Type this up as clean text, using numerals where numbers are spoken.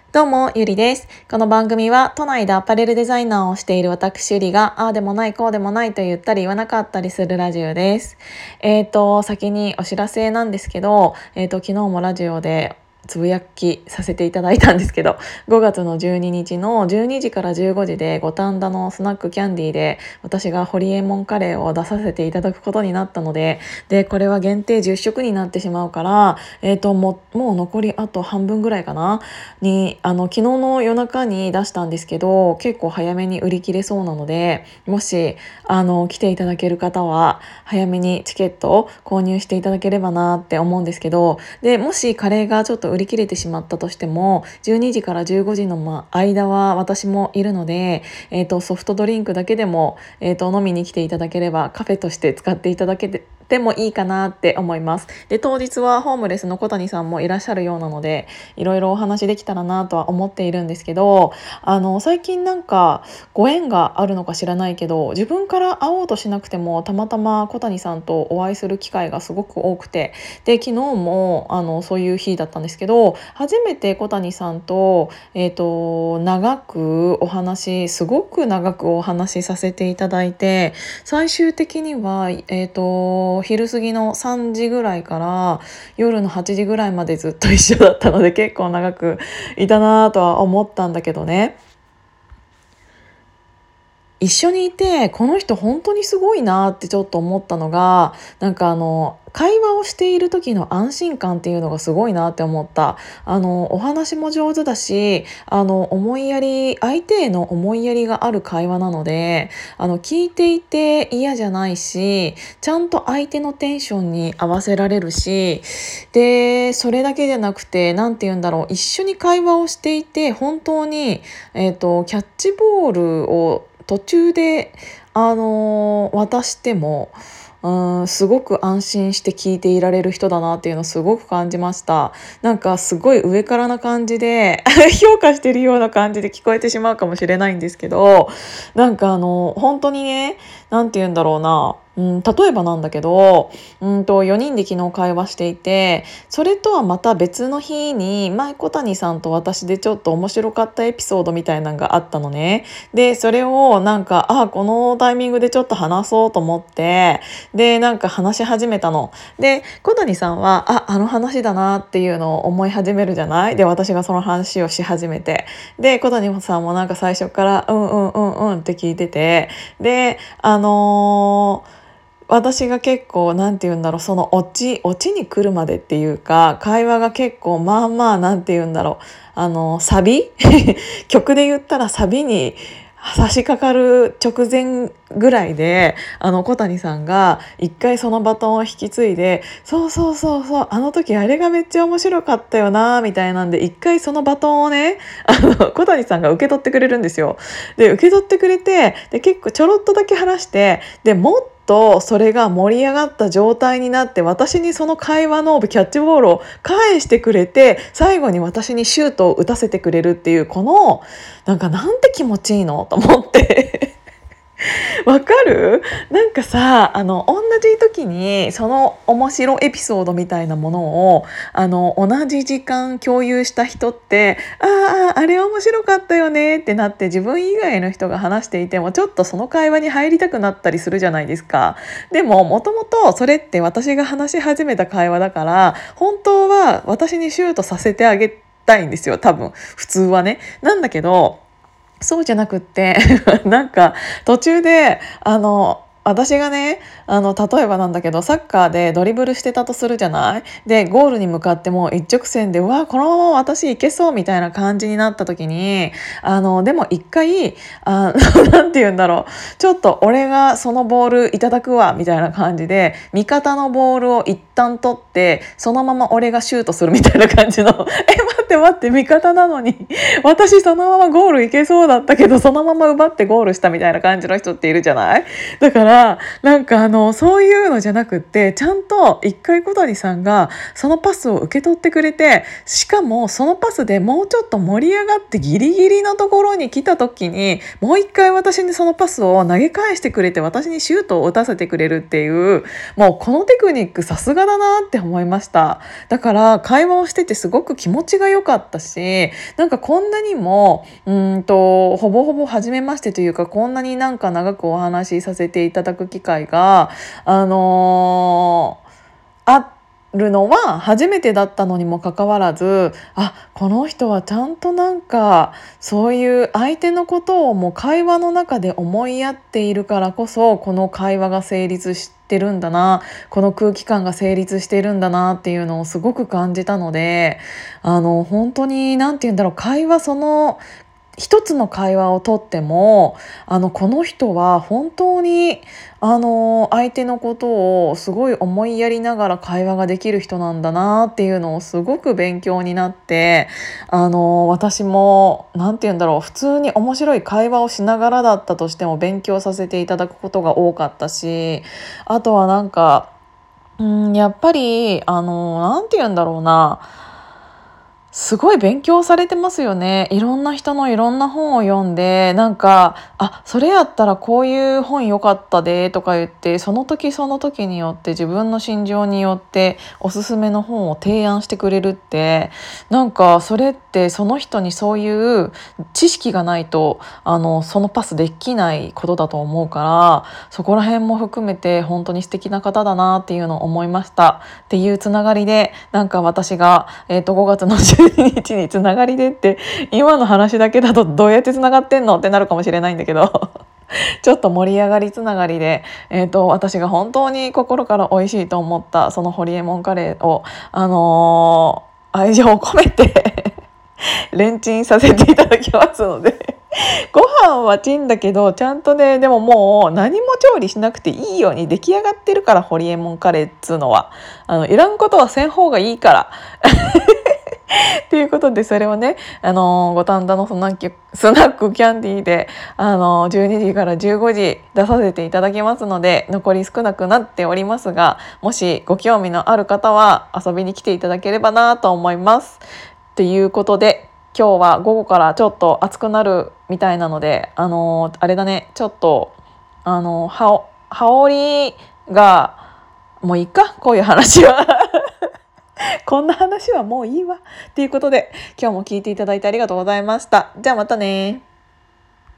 どうも、ゆりです。この番組は都内でアパレルデザイナーをしている私ゆりが、ああでもないこうでもないと言ったり言わなかったりするラジオです。先にお知らせなんですけど、昨日もラジオでつぶやきさせていただいたんですけど、5月の12日の12時から15時で五反田のスナックキャンディーで私がホリエモンカレーを出させていただくことになったので、これは限定10食になってしまうから、もう残りあと半分ぐらいかなに、昨日の夜中に出したんですけど、結構早めに売り切れそうなので、もし来ていただける方は早めにチケットを購入していただければなって思うんですけど、でもしカレーがちょっと売り切れてしまったとしても、12時から15時の間は私もいるので、ソフトドリンクだけでも、飲みに来ていただければカフェとして使っていただけてもいいかなって思います。で、当日はホームレスの小谷さんもいらっしゃるようなので、いろいろお話できたらなとは思っているんですけど、最近なんかご縁があるのか知らないけど、自分から会おうとしなくてもたまたま小谷さんとお会いする機会がすごく多くて、で昨日もそういう日だったんですけど、初めて小谷さんと、すごく長くお話しさせていただいて、最終的には、昼過ぎの3時ぐらいから夜の8時ぐらいまでずっと一緒だったので、結構長くいたなとは思ったんだけどね。一緒にいてこの人本当にすごいなってちょっと思ったのが、なんか会話をしている時の安心感っていうのがすごいなって思った。お話も上手だし、相手への思いやりがある会話なので、聞いていて嫌じゃないし、ちゃんと相手のテンションに合わせられるし、でそれだけじゃなくて、なんて言うんだろう、一緒に会話をしていて本当に、キャッチボールを途中で、渡しても、すごく安心して聞いていられる人だなっていうのをすごく感じました。なんかすごい上からな感じで評価してるような感じで聞こえてしまうかもしれないんですけど、なんか本当にね、なんて言うんだろうな、例えばなんだけど、4人で昨日会話していて、それとはまた別の日に前小谷さんと私でちょっと面白かったエピソードみたいなのがあったのね。でそれをなんかこのタイミングでちょっと話そうと思って、でなんか話し始めたの。で小谷さんはあの話だなっていうのを思い始めるじゃない。で私がその話をし始めて、で小谷さんもなんか最初からうんうんうんうんって聞いてて、で私が結構なんて言うんだろう、そのオチに来るまでっていうか、会話が結構まあまあなんて言うんだろう、サビ曲で言ったらサビに差し掛かる直前ぐらいで、小谷さんが一回そのバトンを引き継いで、そうそうそうそう、あの時あれがめっちゃ面白かったよなみたいなんで、一回そのバトンをね、小谷さんが受け取ってくれるんですよ。で受け取ってくれて、で結構ちょろっとだけ話して、でもっとそれが盛り上がった状態になって、私にその会話のキャッチボールを返してくれて、最後に私にシュートを打たせてくれるっていう、このなんて気持ちいいのと思ってわかる？なんかさ、同じ時にその面白エピソードみたいなものを同じ時間共有した人って、あれ面白かったよねってなって、自分以外の人が話していてもちょっとその会話に入りたくなったりするじゃないですか。でももともとそれって私が話し始めた会話だから、本当は私にシュートさせてあげたいんですよ、多分普通はね。なんだけどそうじゃなくってなんか途中で私がね、例えばなんだけど、サッカーでドリブルしてたとするじゃない。でゴールに向かってもう一直線で、うわこのまま私行けそうみたいな感じになった時に、でも一回なんて言うんだろう、ちょっと俺がそのボールいただくわみたいな感じで、味方のボールを一旦取ってそのまま俺がシュートするみたいな感じの待って待って、味方なのに私そのままゴールいけそうだったけど、そのまま奪ってゴールしたみたいな感じの人っているじゃない。だからなんかそういうのじゃなくって、ちゃんと一回小谷さんがそのパスを受け取ってくれて、しかもそのパスでもうちょっと盛り上がってギリギリのところに来た時にもう一回私にそのパスを投げ返してくれて、私にシュートを打たせてくれるっていう、もうこのテクニックさすがだなって思いました。だから会話をしててすごく気持ちが良かったし、なんかこんなにもほぼほぼ初めましてというか、こんなになんか長くお話しさせていただく機会があるのは初めてだったのにもかかわらず、この人はちゃんとなんかそういう相手のことをもう会話の中で思いやっているからこそ、この会話が成立してるんだな、この空気感が成立してるんだなっていうのをすごく感じたので、本当になんて言うんだろう、会話その一つの会話をとってもこの人は本当に相手のことをすごい思いやりながら会話ができる人なんだなっていうのをすごく勉強になって、私もなんて言うんだろう、普通に面白い会話をしながらだったとしても勉強させていただくことが多かったし、あとはなんかやっぱりなんて言うんだろうな、すごい勉強されてますよね。いろんな人のいろんな本を読んで、なんかそれやったらこういう本良かったでとか言って、その時その時によって自分の心情によっておすすめの本を提案してくれるって、なんかそれってその人にそういう知識がないとそのパスできないことだと思うから、そこら辺も含めて本当に素敵な方だなっていうのを思いましたっていうつながりで、なんか私が、5月の12日につながりでって、今の話だけだとどうやってつながってんのってなるかもしれないんだけどちょっと盛り上がりつながりで、私が本当に心から美味しいと思ったそのホリエモンカレーを、愛情を込めてレンチンさせていただきますのでご飯はチンだけどちゃんとね、でももう何も調理しなくていいように出来上がってるから、ホリエモンカレーっつうのはいらんことはせん方がいいからということで、それをね五反田のスナックキャンディーで12時から15時出させていただきますので、残り少なくなっておりますが、もしご興味のある方は遊びに来ていただければなと思います。ということで、今日は午後からちょっと暑くなるみたいなので、あれだね、ちょっと羽織がもういいか、こういう話はこんな話はもういいわっていうことで、今日も聞いていただいてありがとうございました。じゃあまたね。